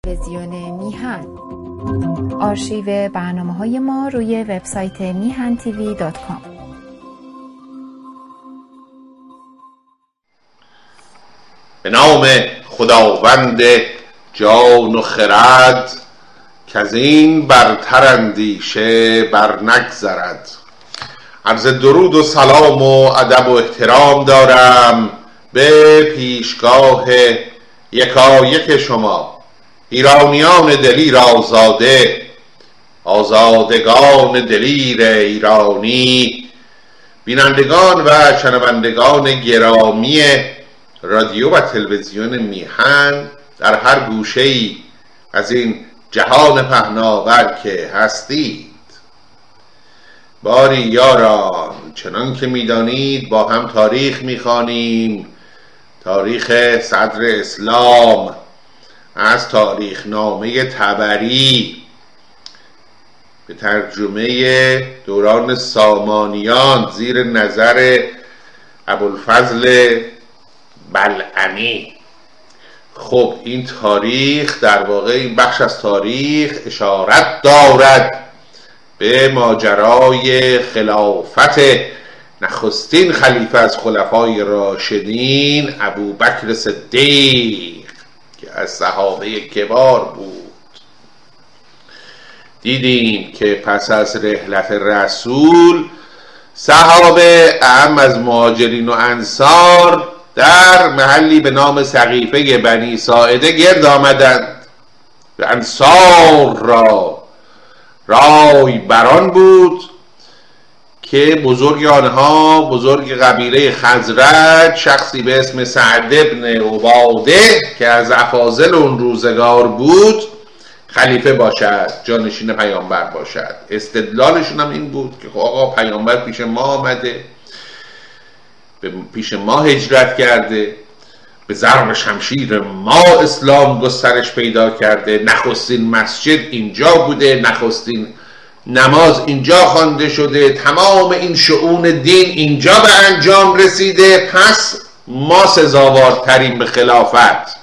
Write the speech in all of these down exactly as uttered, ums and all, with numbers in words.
تلویزیون میهن. آرشیو برنامه‌های ما روی وبسایت میهن تیوی دات کام. به نام خداوند جان و خرد که از این برتر اندیشه بر نگذرد. عرض درود و سلام و ادب و احترام دارم به پیشگاه یکایک شما ایرانیان دلیر آزاده، آزادگان دلیر ایرانی، بینندگان و شنوندگان گرامی رادیو و تلویزیون میهن در هر گوشه‌ای از این جهان پهناور که هستید. باری یاران، چنان که میدانید با هم تاریخ میخوانیم، تاریخ صدر اسلام از تاریخ نامه طبری به ترجمه دوران سامانیان زیر نظر ابوالفضل بلعمی. خب این تاریخ در واقع این بخش از تاریخ اشارت دارد به ماجرای خلافت نخستین خلیفه از خلفای راشدین ابوبکر صدیق که از صحابه کبار بود. دیدیم که پس از رحلت رسول صحابه اهم از مهاجرین و انصار در محلی به نام سقیفه بنی ساعده گرد آمدند. به انصار را رای بران بود که بزرگ آنها، بزرگ قبیله خزرج، شخصی به اسم سعد بن عباده که از افاضل اون روزگار بود خلیفه باشد، جانشین پیامبر باشد. استدلالشون هم این بود که آقا پیامبر پیش ما آمده، پیش ما هجرت کرده، به ضرب شمشیر ما اسلام گسترش پیدا کرده، نخستین مسجد اینجا بوده، نخستین نماز اینجا خوانده شده، تمام این شؤون دین اینجا به انجام رسیده، پس ما سزاوارتریم به خلافت.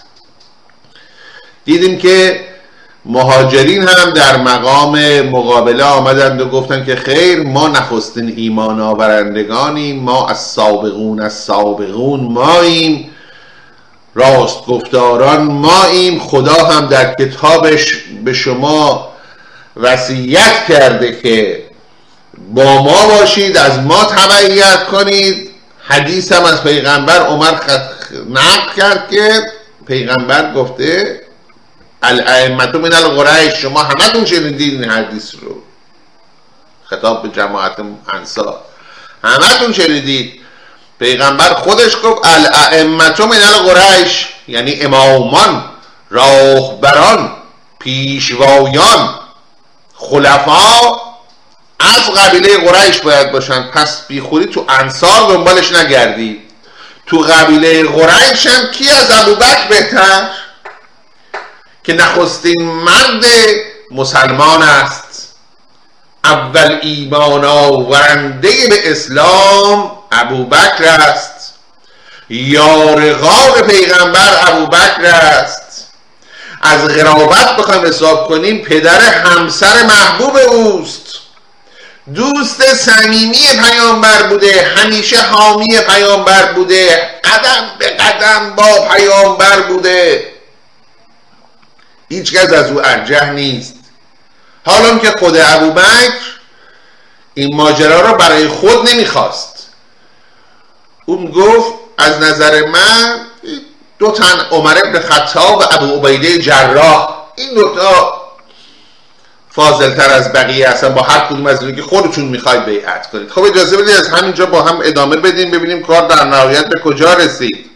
دیدیم که مهاجرین هم در مقام مقابله آمدند و گفتند که خیر، ما نخستین ایمان آورندگانیم، ما از سابقون از سابقون ماییم، راست گفتاران ماییم. خدا هم در کتابش به شما وصیت کرده که با ما باشید، از ما تبعیت کنید. حدیث هم از پیغمبر عمر نقل کرد که پیغمبر گفته الائمة من القریش، شما همتون شنیدید این حدیث رو، خطاب به جماعت انصار، همتون شنیدید. پیغمبر خودش گفت الائمة من القریش، یعنی امامان، راهبران، پیشوایان، خلفا از قبیله قریش باید باشن. پس بیخوری تو انصار دنبالش نگردید. تو قبیله قریش هم کی از ابوبکر بهتر که نخستین مرد مسلمان است، اول ایمان آورنده به اسلام ابوبکر است، یار غار پیغمبر ابوبکر است. از قرابت بخوایم حساب کنیم پدر همسر محبوب اوست، دوست صمیمی پیامبر بوده، همیشه حامی پیامبر بوده، قدم به قدم با پیامبر بوده، هیچ کس از او ارجح نیست. حالا که خود ابوبکر این ماجرا را برای خود نمیخواست، اون گفت از نظر من دو تن، عمر بن خطاب و ابو عبیده جراح، این دوتا فاضل تر از بقیه هستن، با هر کدوم از اینکه خودتون میخواید بیعت کنید. خب اجازه بدید از همینجا با هم ادامه بدیم ببینیم کار در نهایت به کجا رسید.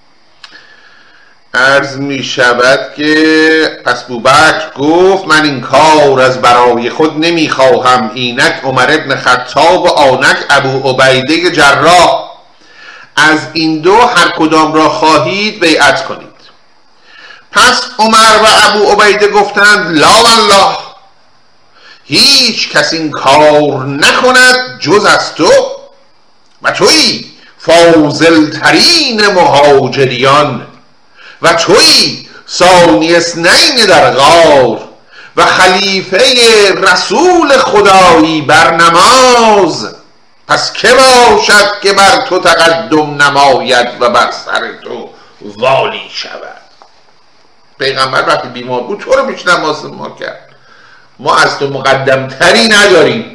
عرض می شود که پس ابوبکر گفت من این کار از برای خود نمی خواهم، اینک عمر ابن خطاب و آنک ابو عبیده جراح، از این دو هر کدام را خواهید بیعت کنید. پس عمر و ابو عبیده گفتند لا والله، هیچ کس این کار نکند جز از تو، و تویی فاضل ترین مهاجریان، و تویی ثانی اثنین در غار و خلیفه رسول خدایی بر نماز، پس که باشد که بر تو تقدم نماید و بر سر تو والی شود. پیغمبر وقتی بیمار بود تو رو پیش نماز ما کرد، ما از تو مقدم تری نداریم.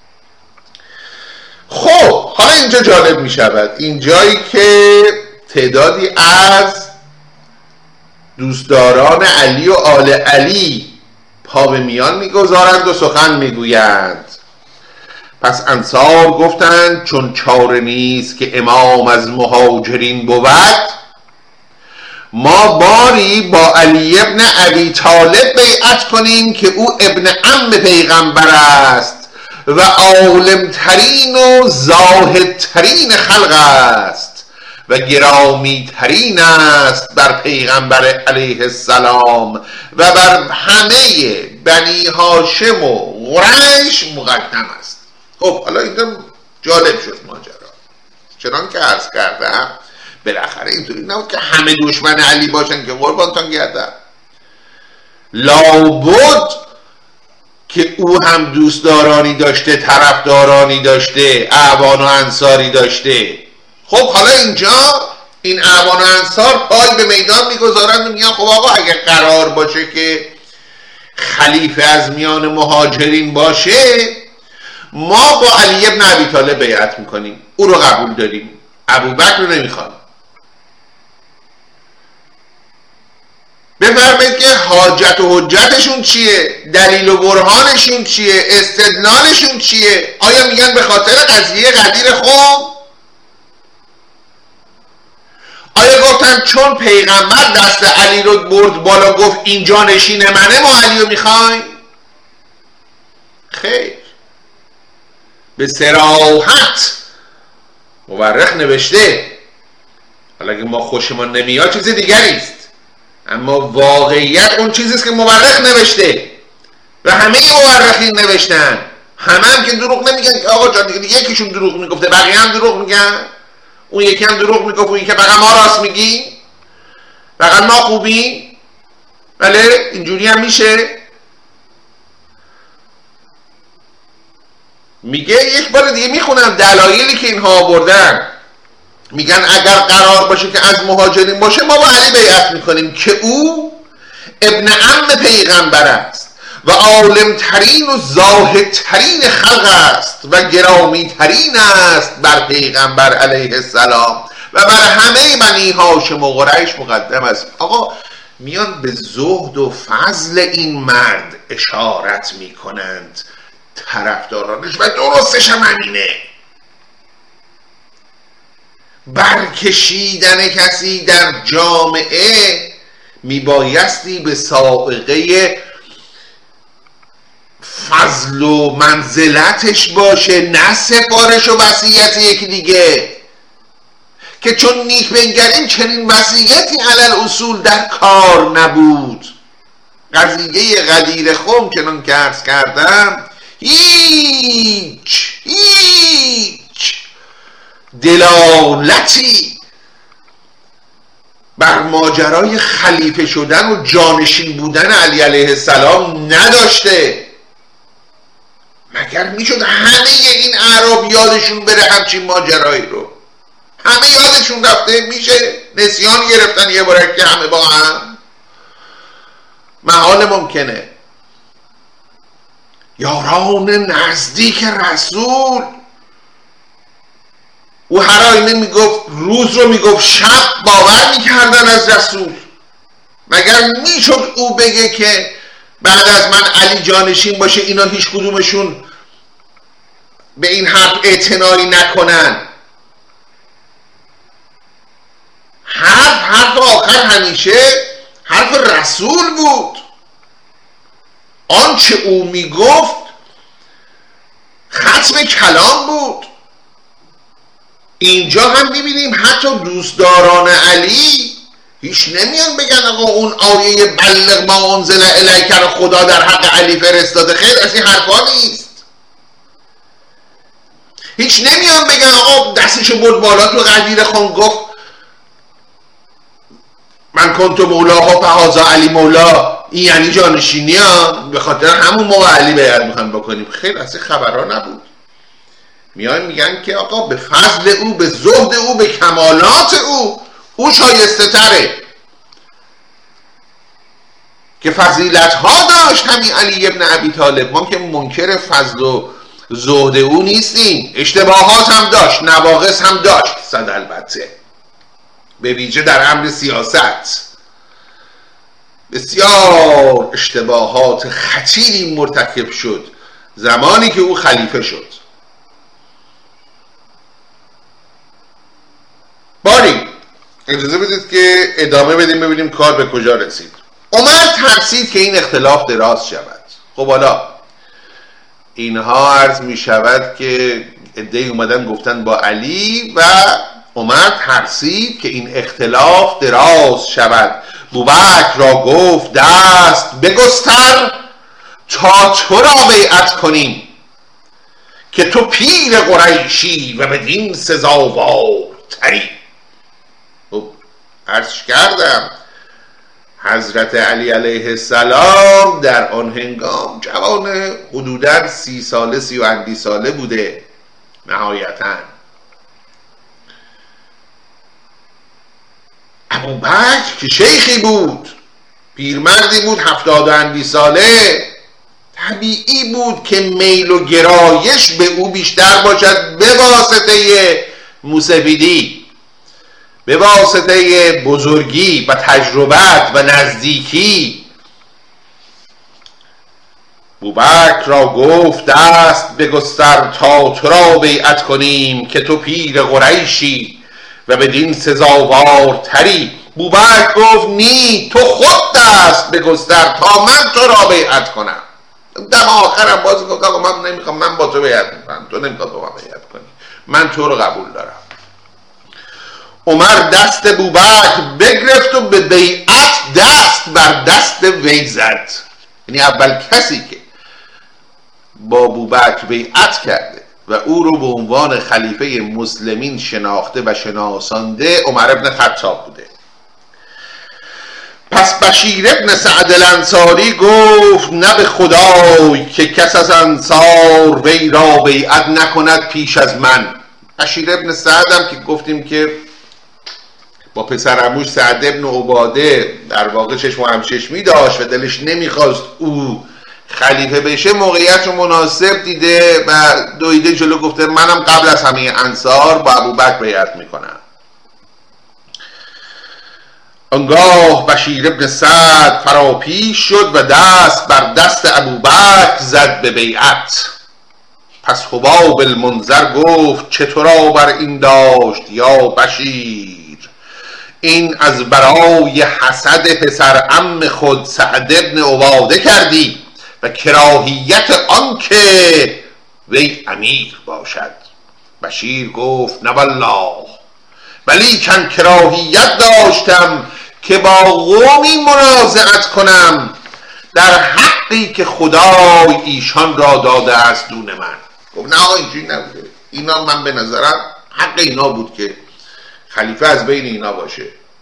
خب حالا اینجا جالب می شود، اینجایی که تعدادی از دوستداران علی و آل علی پا به میان میگذارند و سخن میگویند. پس انصار گفتند چون چاره نیست که امام از مهاجرین بود، ما باری با علی ابن ابی طالب بیعت کنیم که او ابن عم پیغمبر است و عالمترین و زاهدترین خلق است و گرامی ترین است بر پیغمبر علیه السلام و بر همه بنی هاشم و قریش مقدم است. خب حالا اینجا جالب شد ماجرا، چنان که عرض کردم بالاخره اینطوری نبود که همه دشمن علی باشن که قربانتان گردم، لابد که او هم دوستدارانی داشته، طرفدارانی داشته، اعوان و انصاری داشته. خب حالا اینجا این اعوان و انصار پای به میدان میگذارند و میان خب آقا اگر قرار باشه که خلیفه از میان مهاجرین باشه، ما با علی ابن ابی طالب بیعت میکنیم، او رو قبول داریم، ابوبکر رو نمیخوام. بفرمایید که حاجت و حجتشون چیه، دلیل و برهانشون چیه، استدلالشون چیه؟ آیا میگن به خاطر قضیه غدیر خم؟ آیا گفتن چون پیغمبر دست علی رو برد بالا گفت اینجا نشین منه ما علی رو میخوایم؟ خیر، به صراحت مورخ نوشته، حالا اگه ما خوشمان نمیاد چیز دیگری است، اما واقعیت اون چیزیست که مورخ نوشته و همه مورخین نوشتن. همه هم که دروغ نمیگن که آقا جان دیگه یکیشون دروغ میگفته بقیه هم دروغ میگن، اون یکی هم دروغ میگفت، اون یکی فقط ما راست میگی، فقط ما خوبی. بله اینجوری هم میشه. میگه یک بار دیگه میخونم دلایلی که اینها آوردن، میگن اگر قرار باشه که از مهاجرین باشه ما با علی بیعت میکنیم که او ابن عم پیغمبر است و عالمترین و زاهدترین خلق است و گرامی ترین است بر پیغمبر علیه السلام و بر همه بنی هاشم و قریش مقدم است. آقا میان به زهد و فضل این مرد اشارت میکنند طرفدارانش و درستش هم همینه. برکشیدن کسی در جامعه میبایستی به سابقه فضل و منزلتش باشه، نه سفارش و وصیت یکی دیگه، که چون نیک بنگریم چنین وصیتی علل اصول در کار نبود. قضیه غدیر خم چنان که عرض کردم هیچ هیچ دلالتی بر ماجرای خلیفه شدن و جانشین بودن علی علیه السلام نداشته. مگر میشد همه این اعراب یادشون بره همچین ماجرایی رو؟ همه یادشون رفته؟ میشه نسیان گرفتن یه بارک که همه با هم؟ محال ممکنه. یاران نزدیک رسول، او هر آینه میگفت روز رو میگفت شب باور میکردن از رسول. مگر میشد او بگه که بعد از من علی جانشین باشه اینا هیچ کدومشون به این حرف اعتنایی نکنن؟ حرف حرف آخر همیشه حرف رسول بود. آنچه او میگفت ختم کلام بود. اینجا هم میبینیم حتی دوستداران علی هیچ نمیان بگن آقا اون آیه بلغ ما انزل الیک رو خدا در حق علی فرستاده. خیر، از این حرفا نیست. هیچ نمیان بگن آقا دستشو برد بالا تو غدیر خان گفت من کنت مولاها فهذا علی مولا، این یعنی جانشینی ها، به خاطر همون موقع علی بیعت میخوایم بکنیم. خیلی از این خبرها نبود. میان میگن که آقا به فضل او، به زهد او، به کمالات او، او شایسته تره که فضیلت ها داشت همین علی ابن ابی طالب. ما که منکر فضل و زهد او نیستیم، اشتباهات هم داشت، نواقص هم داشت صد البته، به ویژه در امر سیاست بسیار اشتباهات خطیری مرتکب شد زمانی که او خلیفه شد. باری اجازه بدید که ادامه بدیم ببینیم کار به کجا رسید. عمر ترسید که این اختلاف دراز شود. خب حالا اینها عرض می شود که عده‌ای اومدن گفتن با علی و عمر ترسید که این اختلاف دراز شود. بوبکر را گفت دست بگستر تا تو را بیعت کنیم که تو پیر قریشی و بدین سزاوارتری. خب عرض کردم حضرت علی علیه السلام در آن هنگام جوان حدوداً سی ساله سی و اندی ساله بوده. نهایتاً ابوبکر که شیخی بود، پیرمردی بود هفتاد و اندی ساله، طبیعی بود که میل و گرایش به او بیشتر باشد به واسطه موسفیدی، به واسطه بزرگی و تجربت و نزدیکی. ابوبکر را گفت دست بگستر تا تو را بیعت کنیم که تو پیر قریشی و بدین سزاوارتری. ابوبکر گفت نی، تو خود دست بگستر تا من تو را بیعت کنم. دم آخرم باز گفت آقا من نمیخوام، من با تو بیعت میکنم، تو نمیخواد با من بیعت کنی، من تو رو قبول دارم. عمر دست ابوبکر بگرفت و به بیعت دست بر دست وی زد. یعنی اول کسی که با ابوبکر بیعت کرده و او رو به عنوان خلیفه مسلمین شناخته و شناسانده عمر ابن خطاب بوده. پس بشیر ابن سعد الانصاری گفت نه به خدای که کس از انصار وی را بیعت نکند پیش از من. بشیر ابن سعد هم که گفتیم که با پسر عموش سعد ابن عباده در واقع چشم و همچشمی داشت و دلش نمیخواست او خلیفه بشه، موقعیت رو مناسب دیده و دویده جلو، گفته منم قبل از همه انصار با ابوبکر بیعت میکنم. آنگاه بشیر ابن سعد فراپیش شد و دست بر دست ابوبکر زد به بیعت. پس حباب المنذر گفت چطور بر این داشت یا بشیر؟ این از برای حسد پسر عم خود سعد ابن عباده کردی و کراهیت آن که وی امیر باشد. بشیر گفت نه والله، ولی کن کراهیت داشتم که با قومی منازعت کنم در حقی که خدای ایشان را داده است دون من. گفت نه آقا اینجوری نبوده، اینا من به نظرم حق اینا بود که خلیفه از بین اینا باشه.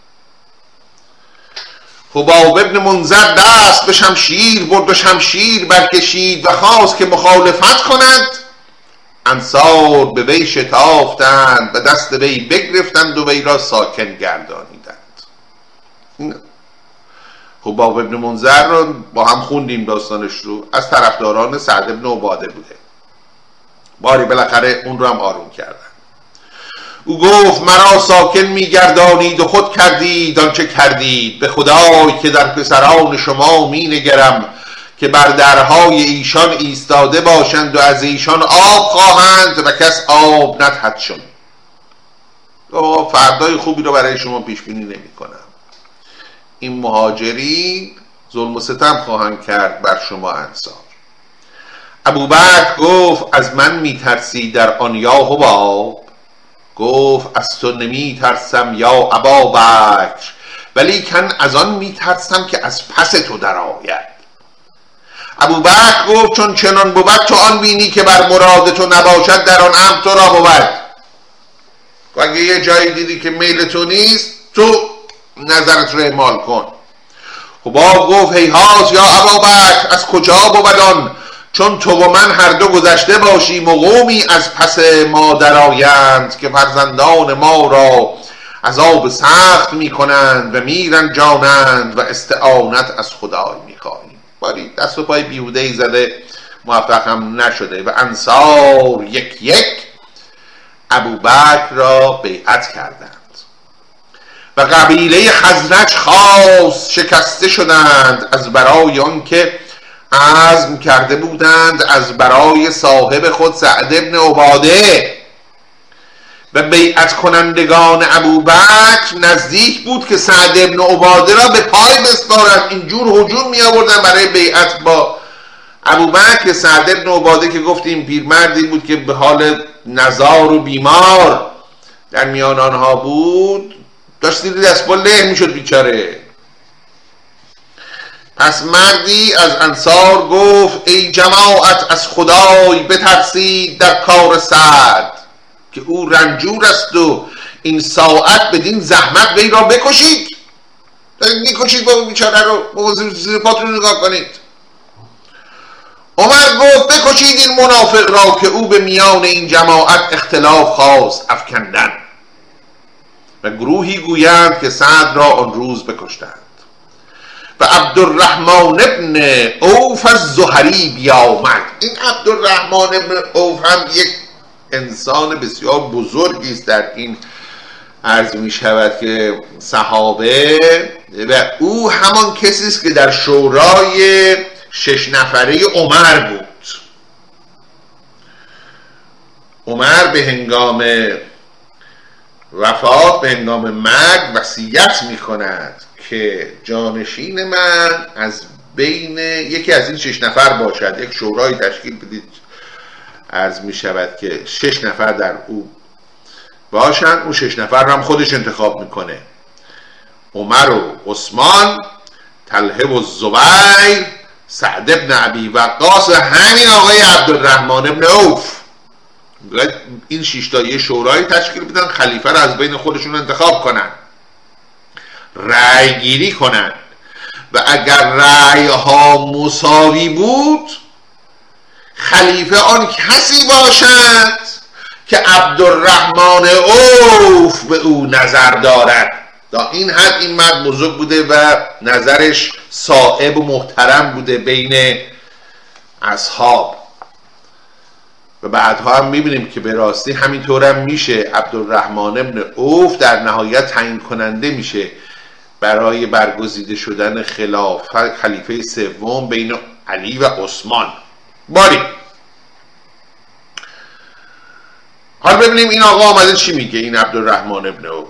حباب ابن منذر دست به شمشیر برد و شمشیر برکشید و خواست که مخالفت کند. انصار به وی شتافتند و دست وی بگرفتند و وی را ساکن گردانیدند. حباب ابن منذر رو با هم خوندیم داستانش رو، از طرفداران سعد ابن عباده بوده. باری بالاخره اون رو هم آروم کردن. او گفت مرا ساکن میگردانید و خود کردید آنچه کردید. به خدای که در پسران شما می نگرم که بر درهای ایشان ایستاده باشند و از ایشان آب خواهند و کس آب ندهدشون. فردای خوبی رو برای شما پیش بینی نمی کنم. این مهاجرین ظلم و ستم خواهند کرد بر شما انصار. ابوبکر گفت از من میترسی در آن یا حباب؟ گفت از تو نمی ترسم یا ابابکر، ولی کن از آن می ترسم که از پس تو در آید. ابوبکر گفت چون چنان بود تو آن بینی که بر مراد تو نباشد در آن امر تو را بود. و اگه یه جایی دیدی که میل تو نیست، تو نظرت رو اعمال کن. حباب گفت هیهات یا ابابکر، از کجا بودان چون تو و من هر دو گذشته باشیم و قومی از پس ما درآیند که فرزندان ما را عذاب سخت می کنند و میرن جانند و استعانت از خدای می خواهیم. باری دست و پای بیهوده‌ای زده، موفق هم نشده و انصار یک یک ابوبکر را بیعت کردند و قبیله خزرج خاص شکسته شدند از برای آنکه عزم کرده بودند از برای صاحب خود سعد ابن عباده. و بیعت کنندگان ابوبکر نزدیک بود که سعد ابن عباده را به پای بسپارند. اینجور هجوم می آوردن برای بیعت با ابوبکر. سعد ابن عباده که گفتیم پیرمردی بود که به حال نزار و بیمار در میان آنها بود، داشت زیر دستبال له می شد بیچاره. پس مردی از انصار گفت ای جماعت از خدای بترسید در کار سعد که او رنجور است و این ساعت بدین زحمت وی را بکشید. میکشید با بیچاره رو، با زیر پاتون نگاه کنید. عمر گفت بکشید این منافق را که او به میان این جماعت اختلاف خواست افکندن. و گروهی گویند که سعد را آن روز بکشتند. و عبدالرحمن ابن عوف الزهری بیامد. این عبدالرحمن ابن عوف هم یک انسان بسیار بزرگی است در این عرض می شود که صحابه، و او همان کسی است که در شورای شش نفره عمر بود. عمر به هنگام وفات، به هنگام مرگ وصیت می کند که جانشین من از بین یکی از این شش نفر باشد. یک شورای تشکیل بدید، عرض می شود که شش نفر در او باشن. اون شش نفر هم خودش انتخاب میکنه، عمر و عثمان، طلحه و زبیر، سعد ابن ابی وقاص، همین آقای عبدالرحمن ابن عوف. این شش تا یه شورای تشکیل بدن، خلیفه رو از بین خودشون انتخاب کنن، رأی گیری کنن و اگر رأی ها مساوی بود خلیفه آن کسی باشد که عبدالرحمن عوف به او نظر دارد. تا این حد این مرد بزرگ بوده و نظرش صائب و محترم بوده بین اصحاب. و بعدها هم میبینیم که به راستی همینطور هم میشه. عبدالرحمن ابن عوف در نهایت تعیین کننده میشه برای برگزیده شدن خلافت خلیفه سوم بین علی و عثمان. باری حال ببینیم این آقا آمده چی میگه. این عبدالرحمن ابن عوف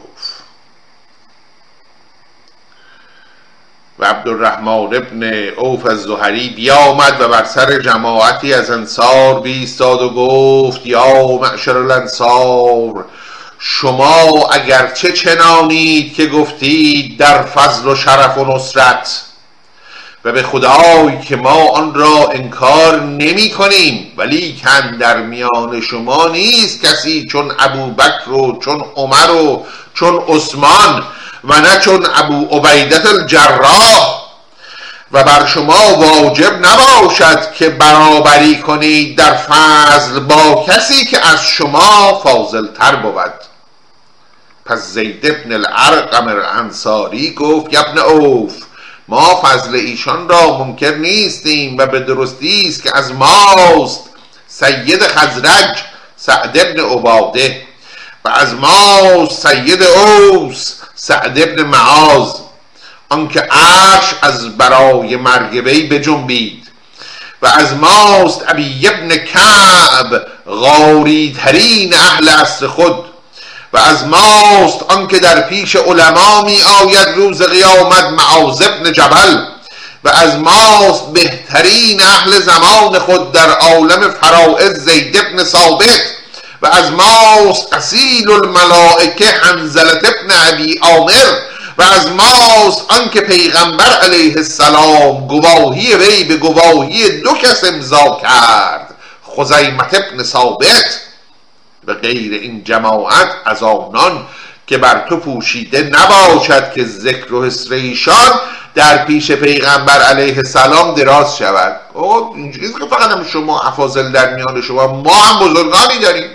و عبدالرحمن ابن عوف الزهری بیامد و بر سر جماعتی از انصار بیستاد و گفت یا معشر الانصار، شما اگرچه چنانید که گفتید در فضل و شرف و نصرت، و به خدای که ما آن را انکار نمی کنیم، ولی کن در میان شما نیست کسی چون ابوبکر و چون عمر و چون عثمان و نه چون ابو عبیده الجراح، و بر شما واجب نباشد که برابری کنید در فضل با کسی که از شما فاضل تر بود. پس زید ابن الارقم الانصاری گفت یا ابن عوف، ما فضل ایشان را منکر نیستیم و به درستی است که از ماست سید خزرج سعد ابن عباده و از ماست سید اوس سعد ابن معاذ، آنکه عرش از برای مرگ وی بجنبید، و از ماست ابی ابن کعب غاری ترین اهل عصر خود، و از ماست آنکه در پیش علما می آید روز قیامت معاذ ابن جبل، و از ماست بهترین اهل زمان خود در عالم فرائض زید ابن ثابت، و از ماست اصیل الملائکه حنظله ابن ابی عامر، و از ماست آنکه پیغمبر علیه السلام گواهی وی به گواهی دو کس امضا کرد، خزیمه ابن ثابت، و غیر این جماعت از آنان که بر تو پوشیده نباشد که ذکر و حسر ایشان در پیش پیغمبر علیه السلام دراز شود. او اینجوریه که فقط هم شما افاضل در میان شما، ما هم بزرگانی داریم.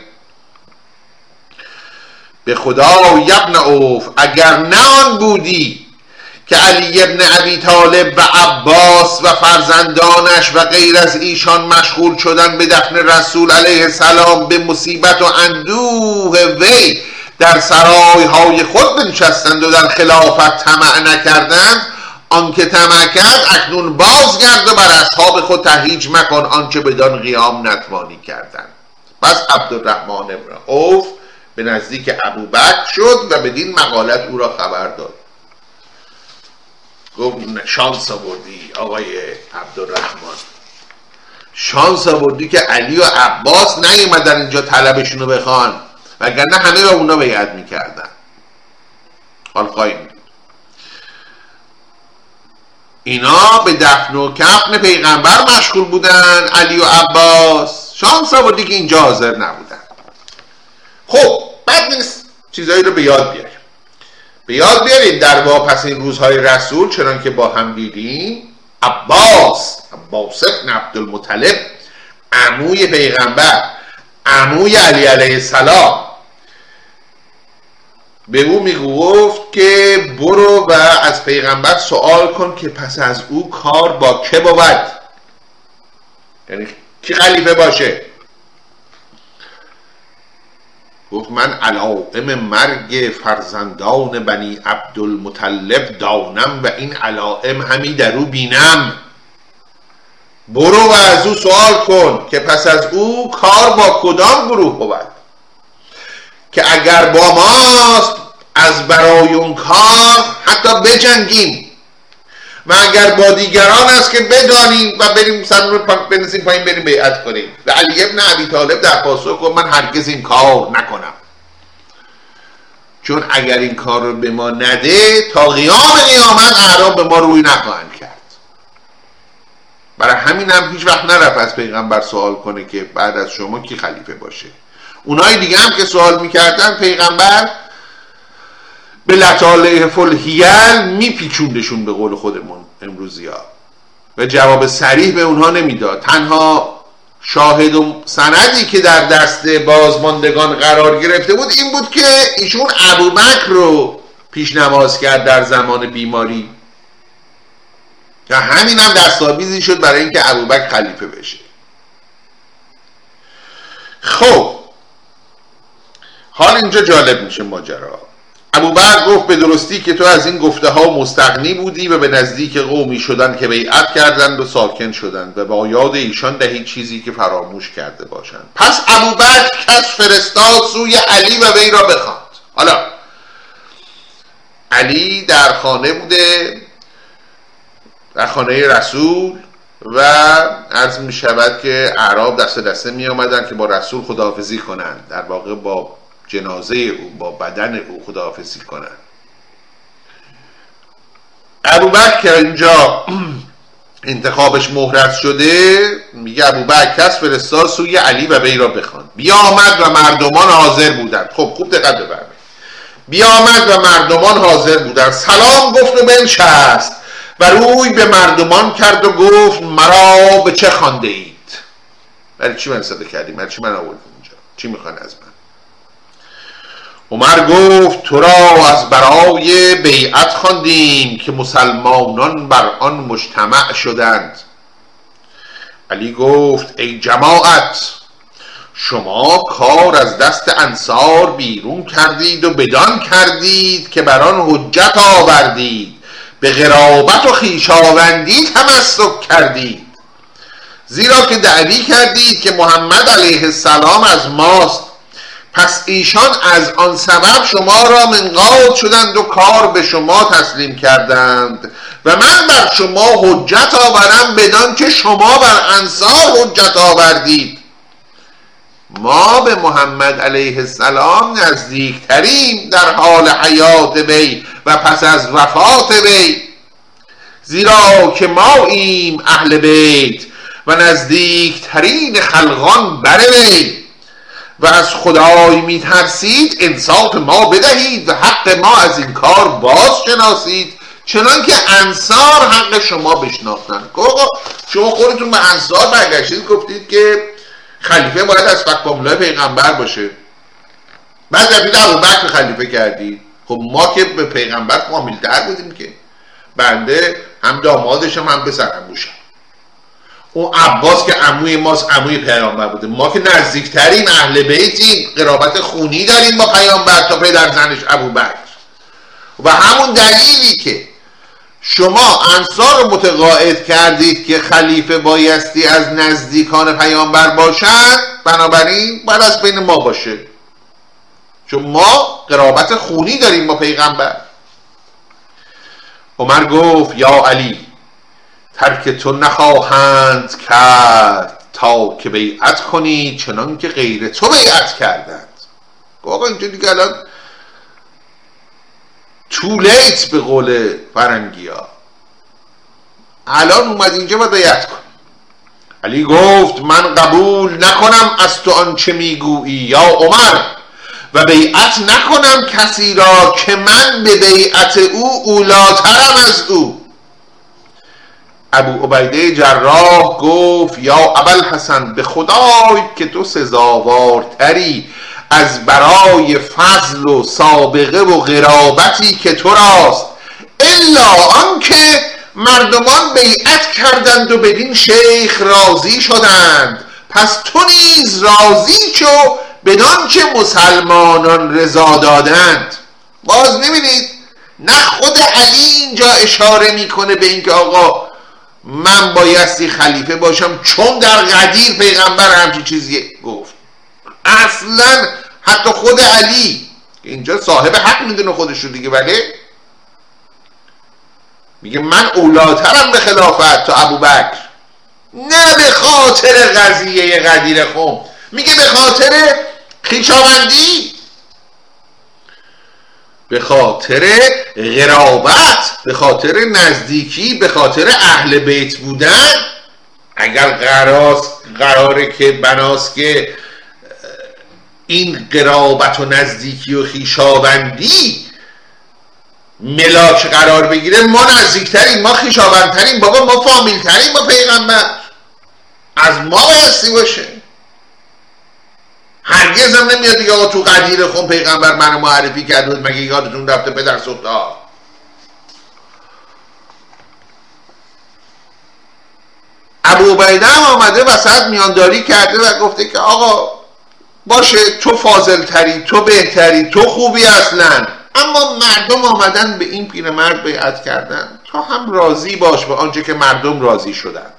به خدا ابن عوف اگر نه آن بودی که علی ابن ابی طالب و عباس و فرزندانش و غیر از ایشان مشغول شدن به دفن رسول علیه السلام، به مصیبت و اندوه وی در سرایهای خود بنشستند و در خلافت طمع نکردند، آنکه طمع کرد اکنون بازگرد و بر اصحاب خود تهیج مکن آنچه بدان قیام نتوانی کردند. پس عبدالرحمن بن عوف به نزدیک ابوبکر شد و بدین مقالت او را خبر داد. گفت شانس آوردی آقای عبدالرحمن، شانس آوردی که علی و عباس نیومدن اینجا طلبشونو بخوان، وگرنه همه با اونا بیعت میکردن. حال خواهیم اینا به دفن و کفن پیغمبر مشغول بودن، علی و عباس. شانس آوردی که اینجا حاضر نبودن. خب بعد نیست چیزایی رو به یاد بیاریم به یاد بیاریم در واپس این روزهای رسول، چنان که با هم دیدیم، عباس عباس ابن عبدالمطلب عموی پیغمبر، عموی علی علیه السلام، به او میگفت که برو و از پیغمبر سوال کن که پس از او کار با که بود، یعنی کی خلیفه باشه. گفت من علائم مرگ فرزندان بنی عبدالمطلب دانم و این علائم همی در او بینم. برو و از او سوال کن که پس از او کار با کدام گروه بود، که اگر با ماست از برای اون کار حتی بجنگیم، و اگر با دیگران است که بدانیم و بریم سر رو بنزیم پایین بریم بیعت کنیم. و علی ابن ابی طالب در پاسخ گفت من هرگز این کار نکنم، چون اگر این کار رو به ما نده تا قیام قیامت اعراب به ما روی نخواهند کرد. برای همین هم هیچ وقت نرفت از پیغمبر سوال کنه که بعد از شما کی خلیفه باشه. اونای دیگه هم که سوال میکردن پیغمبر به لطالع الحیل میپیچوندشون به قول خودمون امروزی ها، و جواب صریح به اونها نمیداد. تنها شاهد و سندی که در دست بازماندگان قرار گرفته بود این بود که ایشون ابوبکر رو پیش نماز کرد در زمان بیماری، و همین هم دستاویزی شد برای اینکه ابوبکر خلیفه بشه. خب حال اینجا جالب میشه ماجرا. ابوبکر گفت به درستی که تو از این گفته ها مستغنی بودی و به نزدیک قومی شدند که بیعت کردند و ساکن شدند و با یاد ایشان دهید چیزی که فراموش کرده باشند. پس ابوبکر کس فرستاد سوی علی و وی را بخواند. حالا علی در خانه بوده، در خانه رسول، و عرض می شود که اعراب دست دسته می آمدن که با رسول خداحافظی کنند، در واقع با جنازه او، با بدن او خداحافظی کنند. ابوبکر که اینجا انتخابش مهرت شده میگه ابوبکر کس فرستاد سوی علی و وی را بخواند. بیامد و مردمان حاضر بودند. خب خوب دقت بفرمایید. بیامد و مردمان حاضر بودند، سلام گفت و بنشست و روی به مردمان کرد و گفت مرا به چه خوانده اید؟ برای چی من صدا کردیم؟ برای چی من آوردیم اینجا؟ چی میخوان از من؟ عمر گفت تو را از برای بیعت خواندیم که مسلمانان بر آن مجتمع شدند. علی گفت ای جماعت، شما کار از دست انصار بیرون کردید و بدان کردید که بر آن حجت آوردید، به قرابت و خویشاوندی تمسک کردید، زیرا که دعوی کردید که محمد علیه السلام از ماست، پس ایشان از آن سبب شما را منقاد شدند و کار به شما تسلیم کردند و من بر شما حجت آورم بدان که شما بر انصار حجت آوردید. ما به محمد علیه السلام نزدیکتریم در حال حیات وی و پس از وفات وی، زیرا که ما ایم اهل بیت و نزدیکترین خلقان بر وی و از خدای میترسید انصاف ما بدهید و حق ما از این کار باز شناسید چنان که انصار حق شما بشناختند. شما خودتون به انصار برگشتید گفتید که خلیفه باید از فک‌فامیلای پیغمبر باشه، بعد رفتید ابوبکر خلیفه کردید. خب ما که به پیغمبر فامیل‌تر بودیم که، بنده هم دامادشم هم پسرعموشم. اون عباس که عموی ماست عموی پیامبر بوده، ما که نزدیکترین اهل بیتیم، قرابت خونی داریم با پیامبر تا پدر زنش ابوبکر. و همون دلیلی که شما انصار رو متقاعد کردید که خلیفه بایستی از نزدیکان پیامبر باشد، بنابراین باید از بین ما باشه، چون ما قرابت خونی داریم با پیغمبر. عمر گفت یا علی ترک تو نخواهند کرد تا که بیعت کنی چنان که غیر تو بیعت کردند. آقا اینجا دیگه الان too late به قول فرنگی ها، الان اومد اینجا باید بیعت کن. علی گفت من قبول نکنم از تو آنچه میگویی یا عمر و بیعت نکنم کسی را که من به بیعت او اولاترم از او. ابو عبیده جراح گفت یا ابوالحسن به خدای که تو سزاوارتری از برای فضل و سابقه و قرابتی که تو راست، الا آنکه مردمان بیعت کردند و بدین شیخ راضی شدند، پس تو نیز راضی شو بدان که مسلمانان رضا دادند. باز میبینید نه خود علی اینجا اشاره میکنه به اینکه آقا من بایستی خلیفه باشم چون در قدیر پیغمبر همچین چیزی گفت. اصلا حتی خود علی اینجا صاحب حق میدونه خودش رو دیگه، ولی میگه من اولاترم به خلافت تا ابوبکر، نه به خاطر قضیه قدیر خم، میگه به خاطر خویشاوندی، به خاطر قرابت، به خاطر نزدیکی، به خاطر اهل بیت بودن. اگر قراس قراره که بناست که این قرابت و نزدیکی و خویشاوندی ملاک قرار بگیره، ما نزدیکترین، ما خویشاوندترین، بابا ما فامیلترین با پیغمبر، از ما بایستی باشه. هرگز هم نمیاد دیگه آقا تو قدیر خون پیغمبر منو معرفی کرد بود، مگه یادتون رفته پدر سوختا؟ ابو عبیده هم آمده وسط میانداری کرده و گفته که آقا باشه تو فاضل تری، تو بهتری، تو خوبی اصلا، اما مردم آمدن به این پیرمرد بیعت کردن، تا هم راضی باش به آنچه که مردم راضی شدند.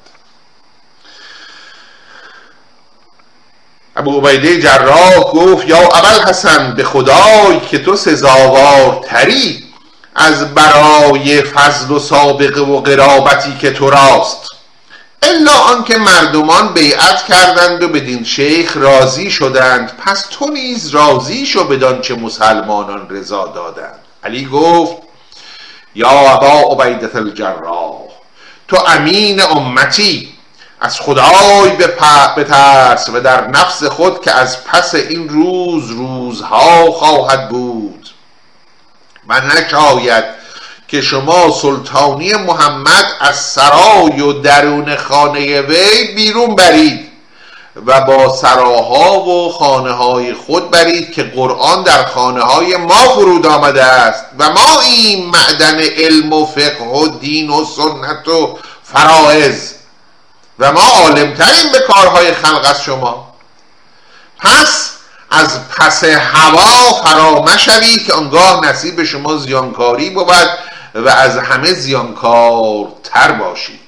ابو عبیده جراح گفت یا ابوالحسن به خدای که تو سزاوارتری از برای فضل و سابقه و قرابتی که تو راست، الا آنکه مردمان بیعت کردند و بدین شیخ راضی شدند، پس تو نیز راضی شو بدان چه مسلمانان رضا دادند. علی گفت یا ابا عبیده الجراح تو امین امتی، از خدای بترس و در نفس خود که از پس این روز روزها خواهد بود و نشاید که شما سلطانی محمد از سرای و درون خانه وی بیرون برید و با سراها و خانه های خود برید که قرآن در خانه های ما فرود آمده است و ما این معدن علم و فقه و دین و سنت و فرائض و ما عالمترین به کارهای خلق از شما. پس از پس هوا فرا مشوید که آنگاه نصیب شما زیانکاری بود و از همه زیانکارتر باشید.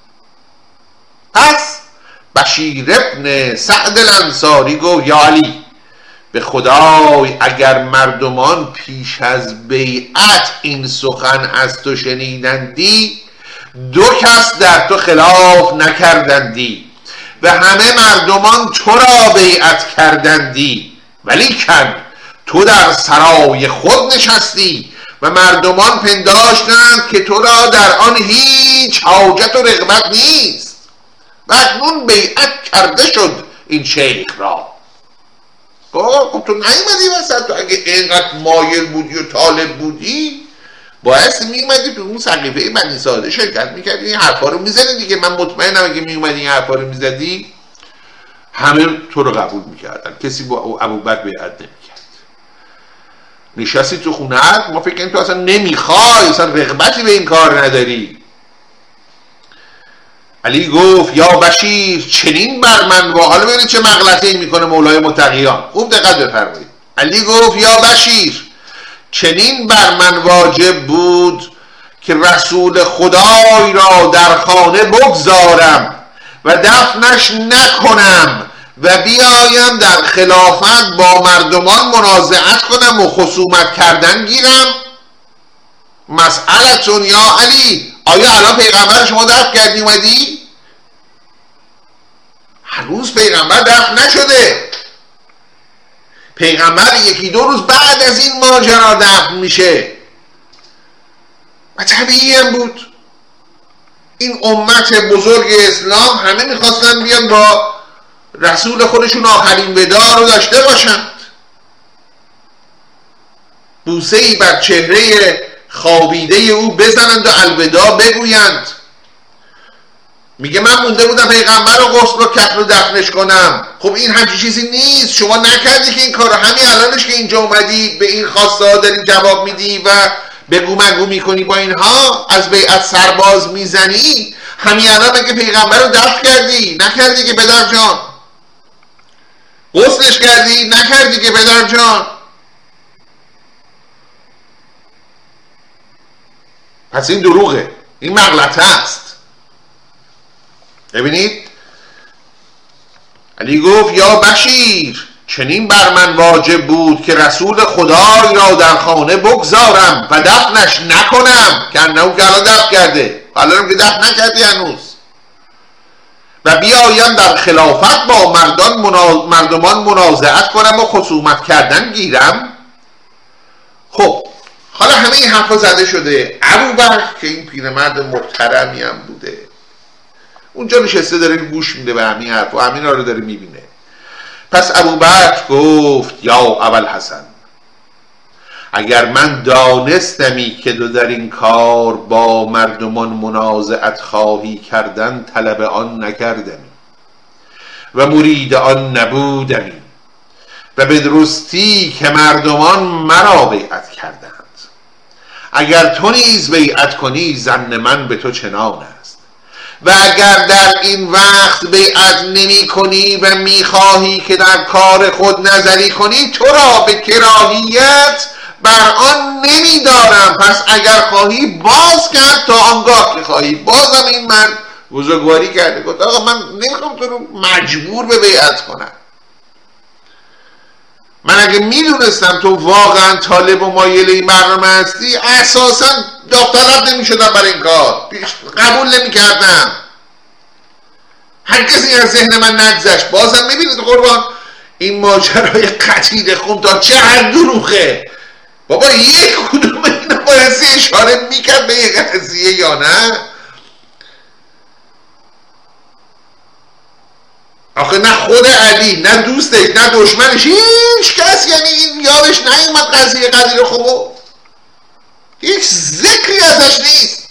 پس بشیر ابن سعد الانصاری گفت یا علی به خدای اگر مردمان پیش از بیعت این سخن از تو شنیدندی، دو کس در تو خلاف نکردندی و همه مردمان تو را بیعت کردندی، ولیکن تو در سرای خود نشستی و مردمان پنداشتند که تو را در آن هیچ حاجت و رغبت نیست و اکنون بیعت کرده شد این شیخ را. خب تو نیومدی وسط، تو اگه اینقدر مایل بودی و طالب بودی باید میومدی تو اون سقیفه بنی ساعده شرکت میکردی، این حرفا رو میزدی دیگه. من مطمئنم اگه میومدی این حرفا رو میزدی همه تو رو قبول میکردن، کسی با ابوبکر بیعت نمیکرد. نشستی تو خونه، ما فکر کنیم تو اصلا نمیخوای، اصلا رغبتی به این کار نداری. علی گفت یا بشیر چنین بر من، و حالا ببینید چه مغلطه‌ای میکنه مولای متقیان، خوب دقت بفرمایید. علی گفت یا بشیر چنین بر من واجب بود که رسول خدای را در خانه بگذارم و دفنش نکنم و بیایم در خلافت با مردمان منازعت کنم و خصومت کردن گیرم. مسئلتون یا علی، آیا الان پیغمبر شما دفن کردی اومدی؟ هنوز پیغمبر دفن نشده. پیغمبر یکی دو روز بعد از این ماجرا دفن میشه و طبیعی هم بود. این امت بزرگ اسلام همه میخواستن بیان با رسول خودشون آخرین وداع رو داشته باشند، بوسه‌ای بر چهره خوابیده او بزنند و الوداع بگویند. میگه من مونده بودم پیغمبر رو غسل و کفن رو دفنش کنم. خب این همچین چیزی نیست، شما نکردی که این کار رو. همین الانش که اینجا اومدی به این خواسته ها داری جواب میدی و بگو مگو میکنی با اینها، از بیعت سرباز میزنی. همین الان مگه پیغمبر رو دفن کردی؟ نکردی که پدر جان. غسلش کردی؟ نکردی که پدر جان. پس این دروغه، این مغلطه است. ببینید علی گفت یا بشیر چنین بر من واجب بود که رسول خدای را در خانه بگذارم و دفنش نکنم، که انهو که الان دفن کرده، الان که دفن نکردی هنوز، و بیایم در خلافت با مردان منا... مردمان منازعت کنم و خصومت کردن گیرم. خب حالا همه این حرفا زده شده. ابوبکر که این پیرمرد محترمی هم بوده اونجا نشسته داره گوش میده به همین حرف و همین رو داره میبینه. پس ابوبکر گفت یا ابوالحسن اگر من دانستمی که تو در این کار با مردمان منازعت خواهی کردن طلب آن نکردمی و مرید آن نبودمی و به درستی که مردمان مرا بیعت کردند. اگر تو نیز بیعت کنی ظن من به تو چنان است، و اگر در این وقت بیعت نمی کنی و می خواهی که در کار خود نظری کنی تو را به کراهیت بر آن نمی دارم. پس اگر خواهی باز کرد تا آنگاه که خواهی. بازم این مرد بزرگواری کرده، گفت آقا من نمیخوام تو رو مجبور به بیعت کنم. من اگه میدونستم تو واقعا طالب و مایل این برنامه هستی اساسا داوطلب نمی شدم برای این کار، قبول نمی کردم. هر کسی از ذهن من نگذشت. بازم میبینید قربان این ماجرای قتیل خون تا چه حد دروغه. بابا یک کدوم اینا بایستی اشاره میکرد به یک قضیه یا نه؟ آخه نه خود علی نه دوستش نه دشمنش هیچ کس یعنی این یادش نیومد قضیه قتیل خون، هیچ ذکری ازش نیست.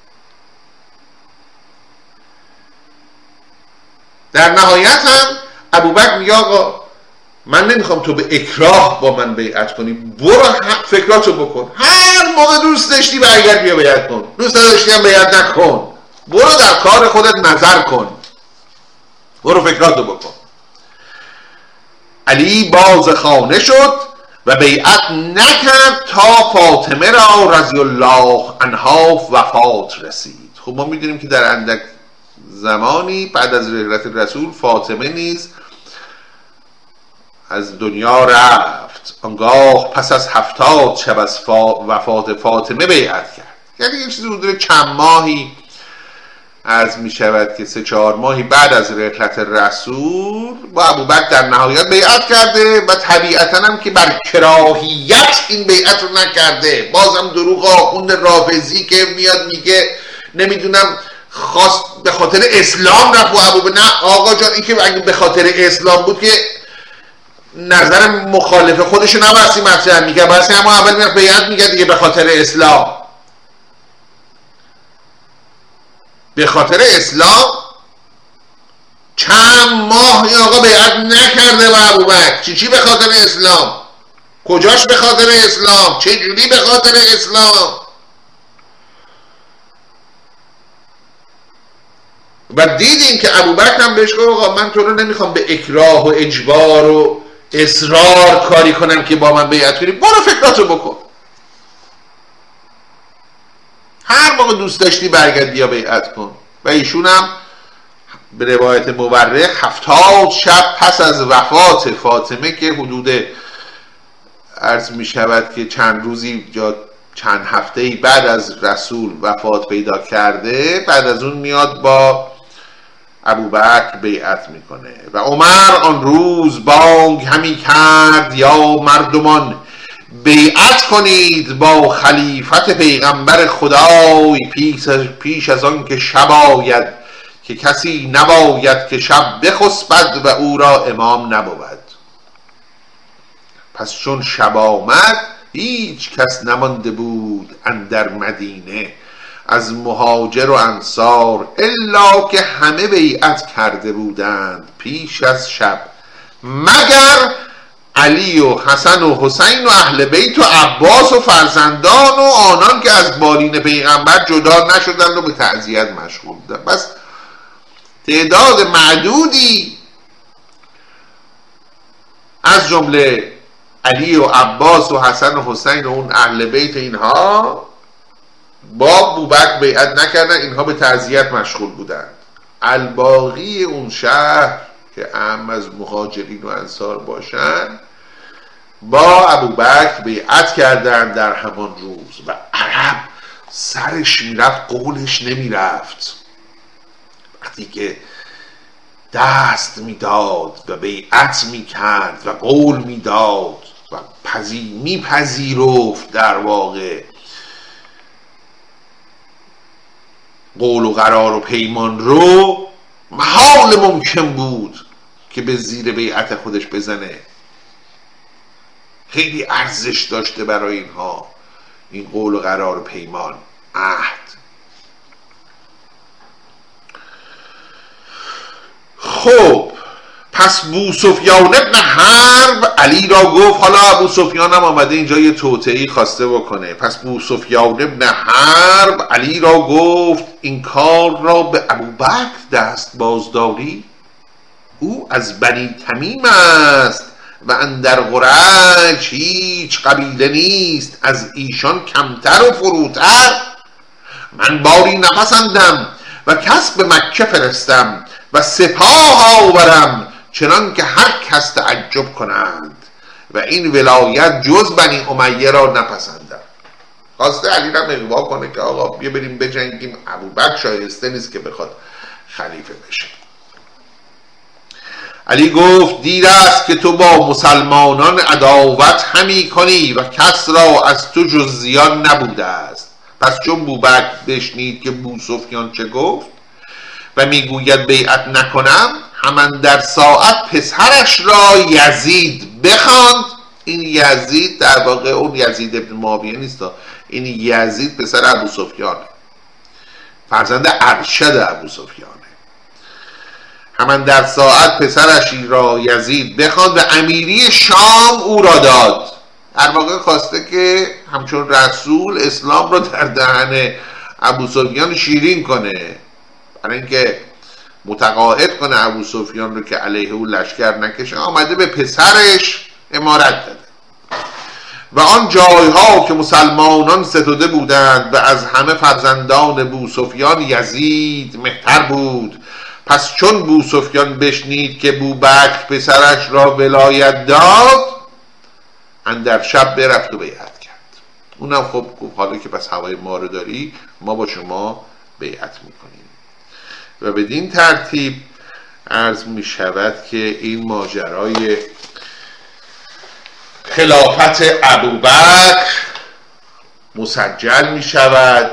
در نهایت هم ابوبکر میگه آقا من نمیخوام تو به اکراه با من بیعت کنی، برو فکراتو بکن، هر موقع دوست داشتی برگرد بیا بیعت کن، دوست نداشتی هم بیعت نکن، برو در کار خودت نظر کن، برو فکراتو بکن. علی باز خانه شد و بیعت نکرد تا فاطمه را رضی الله عنها وفات رسید. خب ما میدونیم که در اندک زمانی بعد از رحلت رسول فاطمه نیز از دنیا رفت. آنگاه پس از هفتاد شب از وفات فاطمه بیعت کرد، یعنی یه چیزی حدود چند ماهی از می شود که سه چهار ماهی بعد از رحلت رسول با ابوبکر در نهایت بیعت کرده و طبیعتا هم که بر کراهیت این بیعت رو نکرده. بازم دروغ آخوند رافضی که میاد میگه نمیدونم خواست به خاطر اسلام رفت و ابوبکر. نه آقا جان، این که اگه به خاطر اسلام بود که نظر مخالف خودش رو نبستی مطرح میکرد، بس اما اول میرفت بیعت میکرد دیگه به خاطر اسلام. به خاطر اسلام چند ماه این آقا بیعت نکرده با ابوبکر. چی چی به خاطر اسلام؟ کجاش به خاطر اسلام؟ چه جوری به خاطر اسلام؟ و دیدیم که ابوبکر هم بهش گفت آقا من تو رو نمیخوام به اکراه و اجبار و اصرار کاری کنم که با من بیعت کنی، برو فکراتو بکن، هر موقع دوست داشتی برگرد بیا بیعت کن. و ایشون هم به روایت مورخ هفتاد شب پس از وفات فاطمه که حدود عرض می شود که چند روزی یا چند هفته‌ای بعد از رسول وفات پیدا کرده، بعد از اون میاد با ابوبکر بیعت میکنه. و عمر آن روز بانگ همی کرد یا مردمان بیعت کنید با خلیفت پیغمبر خدای پیش, پیش از آن که شب آید که کسی نباید که شب بخسبد و او را امام نبود. پس چون شب آمد هیچ کس نمانده بود اندر مدینه از مهاجر و انصار الا که همه بیعت کرده بودند پیش از شب، مگر علی و حسن و حسین و اهل بیت و عباس و فرزندان و آنان که از بالین پیغمبر جدا نشدند و به تعزیت مشغول بودند. بس تعداد معدودی از جمله علی و عباس و حسن و حسین و اون اهل بیت اینها با ابوبکر بیعت نکردن، اینها به تعزیت مشغول بودند. الباقی اون شهر که اهم از مهاجرین و انصار باشند با ابوبکر بیعت کردند در همان روز. و عرب سرش میرفت قولش نمیرفت. وقتی که دست میداد و بیعت میکرد و قول میداد و پذیر میپذیرفت در واقع قول و قرار و پیمان رو، محال ممکن بود که به زیر بیعت خودش بزنه. خیلی ارزش داشته برای اینها این قول و قرار و پیمان، عهد. خب پس بوسفیان ابن حرب علی را گفت، حالا ابو سفیان هم آمده اینجا یه توطئه‌ای خواسته بکنه. پس بوسفیان ابن حرب علی را گفت این کار را به ابوبکر دست بازداری؟ او از بنی تمیم است و اندر قریش هیچ قبیله نیست از ایشان کمتر و فروتر. من باری نپسندم و کس به مکه فرستم و سپاه آورم چنان که هر کس تعجب کنند و این ولایت جز بنی امیه را نپسندم. خواسته علی را اغوا کنه که آقا بیا بریم بجنگیم، ابوبکر شایسته نیست که بخواد خلیفه بشه. علی گفت دیر است که تو با مسلمانان عداوت همی کنی و کس را از تو جز زیان نبوده است. پس چون ابوبکر بشنید که بوسفیان چه گفت و میگوید بیعت نکنم، همان در ساعت پسرش را یزید بخواند. این یزید در واقع اون یزید ابن معاویه نیست، این یزید پسر ابو سفیانه، فرزند ارشد ابو سفیانه. همان در ساعت پسرش را یزید بخواند و امیری شام او را داد. در واقع خواسته که همچون رسول اسلام را در دهن ابو سفیان شیرین کنه، برای اینکه متقاعد کنه ابو سفیان رو که علیه او لشکر نکشه. آمده به پسرش امارت داده. و آن جایها که مسلمانان ستوده بودند و از همه فرزندان ابو سفیان یزید مهتر بود. پس چون ابو سفیان بشنید که ابوبکر پسرش را ولایت داد، اندر شب برفت و بیعت کرد. اونم خب گفت حالا که پس هوای ما رو داری، ما با شما بیعت میکنیم. و بدین ترتیب عرض می شود که این ماجرای خلافت ابوبکر مسجل می شود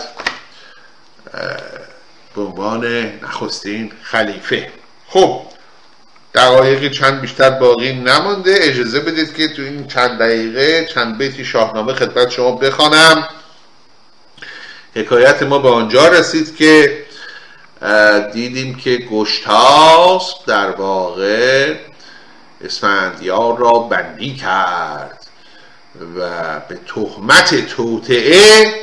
به عنوان نخستین خلیفه. خب دقایقی چند بیشتر باقی نمانده، اجازه بدید که تو این چند دقیقه چند بیتی شاهنامه خدمت شما بخوانم. حکایت ما به آنجا رسید که دیدیم که گشتاسپ در واقع اسفندیار را بندی کرد و به تهمت توطئه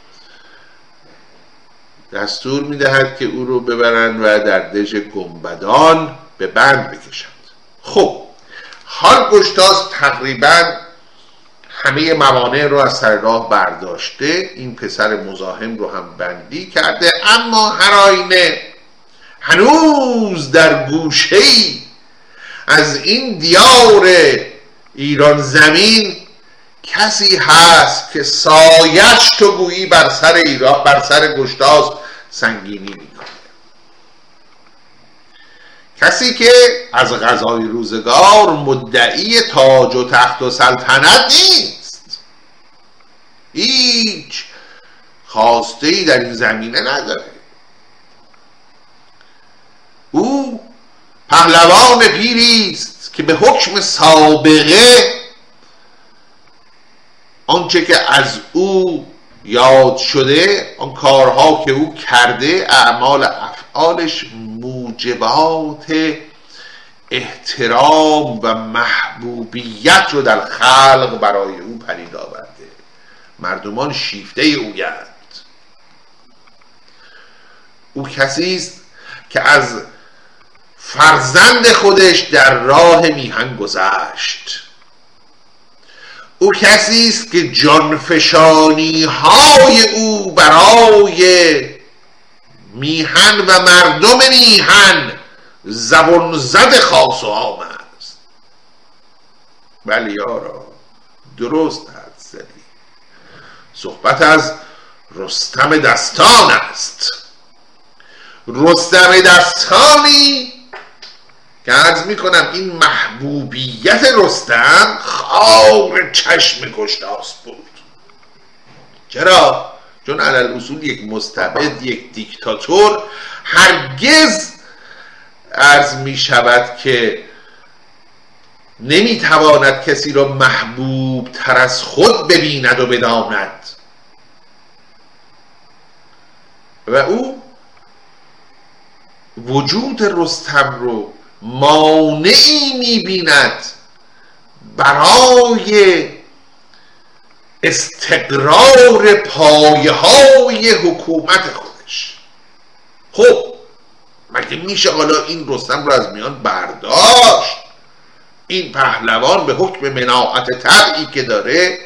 دستور میدهد که او رو ببرند و در دژ گنبدان به بند بکشند. خب حال گشتاسپ تقریبا همه موانع رو از سر راه برداشته، این پسر مزاحم رو هم بندی کرده، اما هر آینه هنوز در گوشه‌ای از این دیار ایران زمین کسی هست که سایش تو گویی بر سر ایران بر سر گشتاسپ سنگینی میکنه. کسی که از قضای روزگار مدعی تاج و تخت و سلطنت نیست، هیچ خواسته‌ای در این زمینه نداره. او پهلوان پیری است که به حکم سابقه آنچه که از او یاد شده، آن کارها که او کرده، اعمال افعالش موجبات احترام و محبوبیت رو در خلق برای او پدید آورده. مردمان شیفته اویند. او کسی است که از فرزند خودش در راه میهن گذشت. او کسی است که جانفشانی های او برای میهن و مردم میهن زبان زد خاص و عام است. بله یارا، درست حد زدی. صحبت از رستم دستان است. رستم دستانی که عرض می کنم این محبوبیت رستم خار چشم گشتاسپ بود. چرا؟ چون علل اصول یک مستبد، یک دیکتاتور هرگز عرض می شود که نمی تواند کسی را محبوب تر از خود ببیند و بداند. و او وجود رستم رو مانعی می‌بیند برای استقرار پایه‌های حکومت خودش. خب مگه میشه حالا این رستم رو از میان برداشت؟ این پهلوان به حکم مناعت طبعی که داره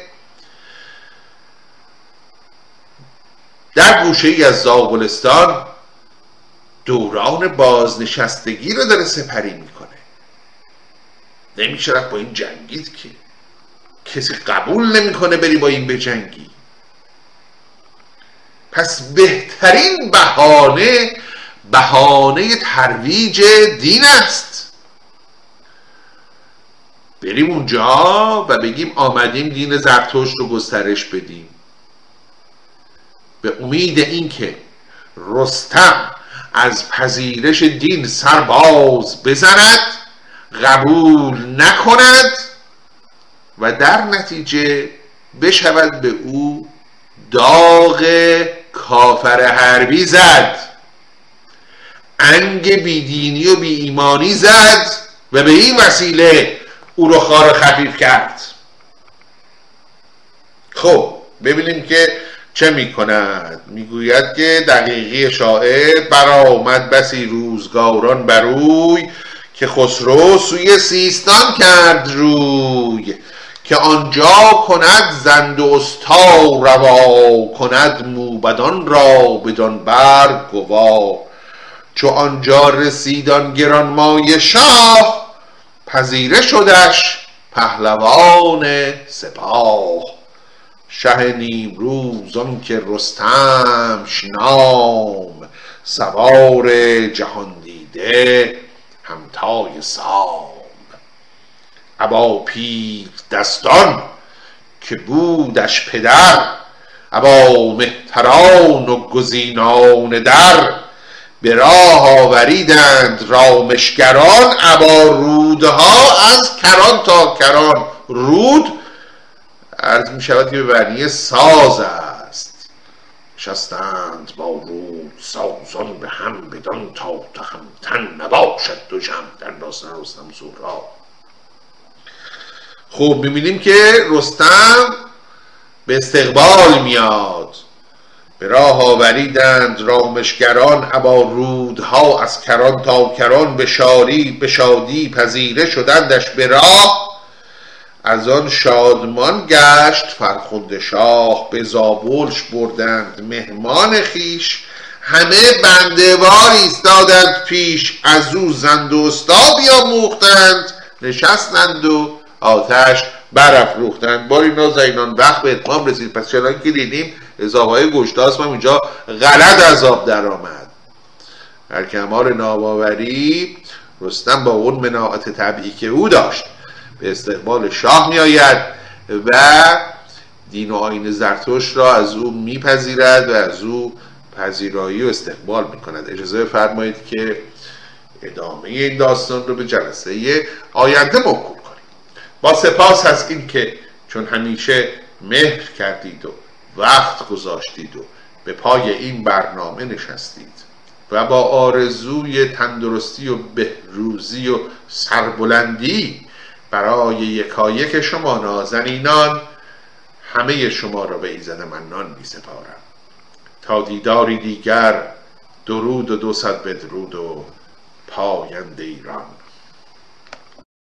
در گوشه‌ای از زابلستان دوران بازنشستگی رو داره سپری میکنه. نمیشه رفت با این جنگید که کسی قبول نمیکنه بری با این بجنگی. پس بهترین بهانه بهانه ترویج دین است. بریم اونجا و بگیم آمدیم دین زرتشت رو گسترش بدیم، به امید اینکه رستم از پذیرش دین سرباز بزند، قبول نکند و در نتیجه بشود به او داغ کافر حربی زد، انگ بیدینی و بی ایمانی زد و به این وسیله او رو خار خفیف کرد. خب ببینیم که چه می کند. می گوید که دقیقی شاعر برآمد بسی روزگاران بروی، که خسرو سوی سیستان کرد روی، که آنجا کند زند و استا روا، کند موبدان را بدان برگ گوا. چو آنجا رسیدان گرانمایه شاه، پذیره شدش پهلوان سپاه. شه نیمروز آن که رستمش نام، سوار جهان دیده همتای سام. ابا پیل دستان که بودش پدر، ابا مهتران و گزینان در، به راه آوریدند رامشگران، ابا رودها از کران تا کران. رود عرض می شود که به معنی ساز است. نشستند با رود سازان به هم، بدان تا تهمتن نباشد دو جم. در داستان رستم و سهراب. خب میبینیم که رستم به استقبال میاد. به راه آوریدند رامشگران، ابا رودها از کران تا کران. به شادی به شادی پذیره شدندش به راه، از آن شادمان گشت فرخنده شاه. به زابلش بردند مهمان خیش، همه بنده‌وار ایستادند پیش. از او زند و استا بیاموختند، نشستند و آتش برافروختند. باری نازنینان وقت به اتمام رسید. پس چنان که دیدیم اضافه‌های گشتاسپ هم اونجا غلط از آب در آمد. در کمال ناباوری رستم با اون مناعت طبیعی که او داشت به استقبال شاه می آید و دین و آیین زرتشت را از او میپذیرد و از او پذیرایی و استقبال می کند. اجازه فرمایید که ادامه این داستان رو به جلسه آینده موکول کنیم. با سپاس از این که چون همیشه مهر کردید و وقت گذاشتید و به پای این برنامه نشستید و با آرزوی تندرستی و بهروزی و سربلندی برای یکایک شما نازنینان، همه شما را به ایزد منان می سپارم. تا دیداری دیگر، درود و دو صد بدرود و پاینده ایران.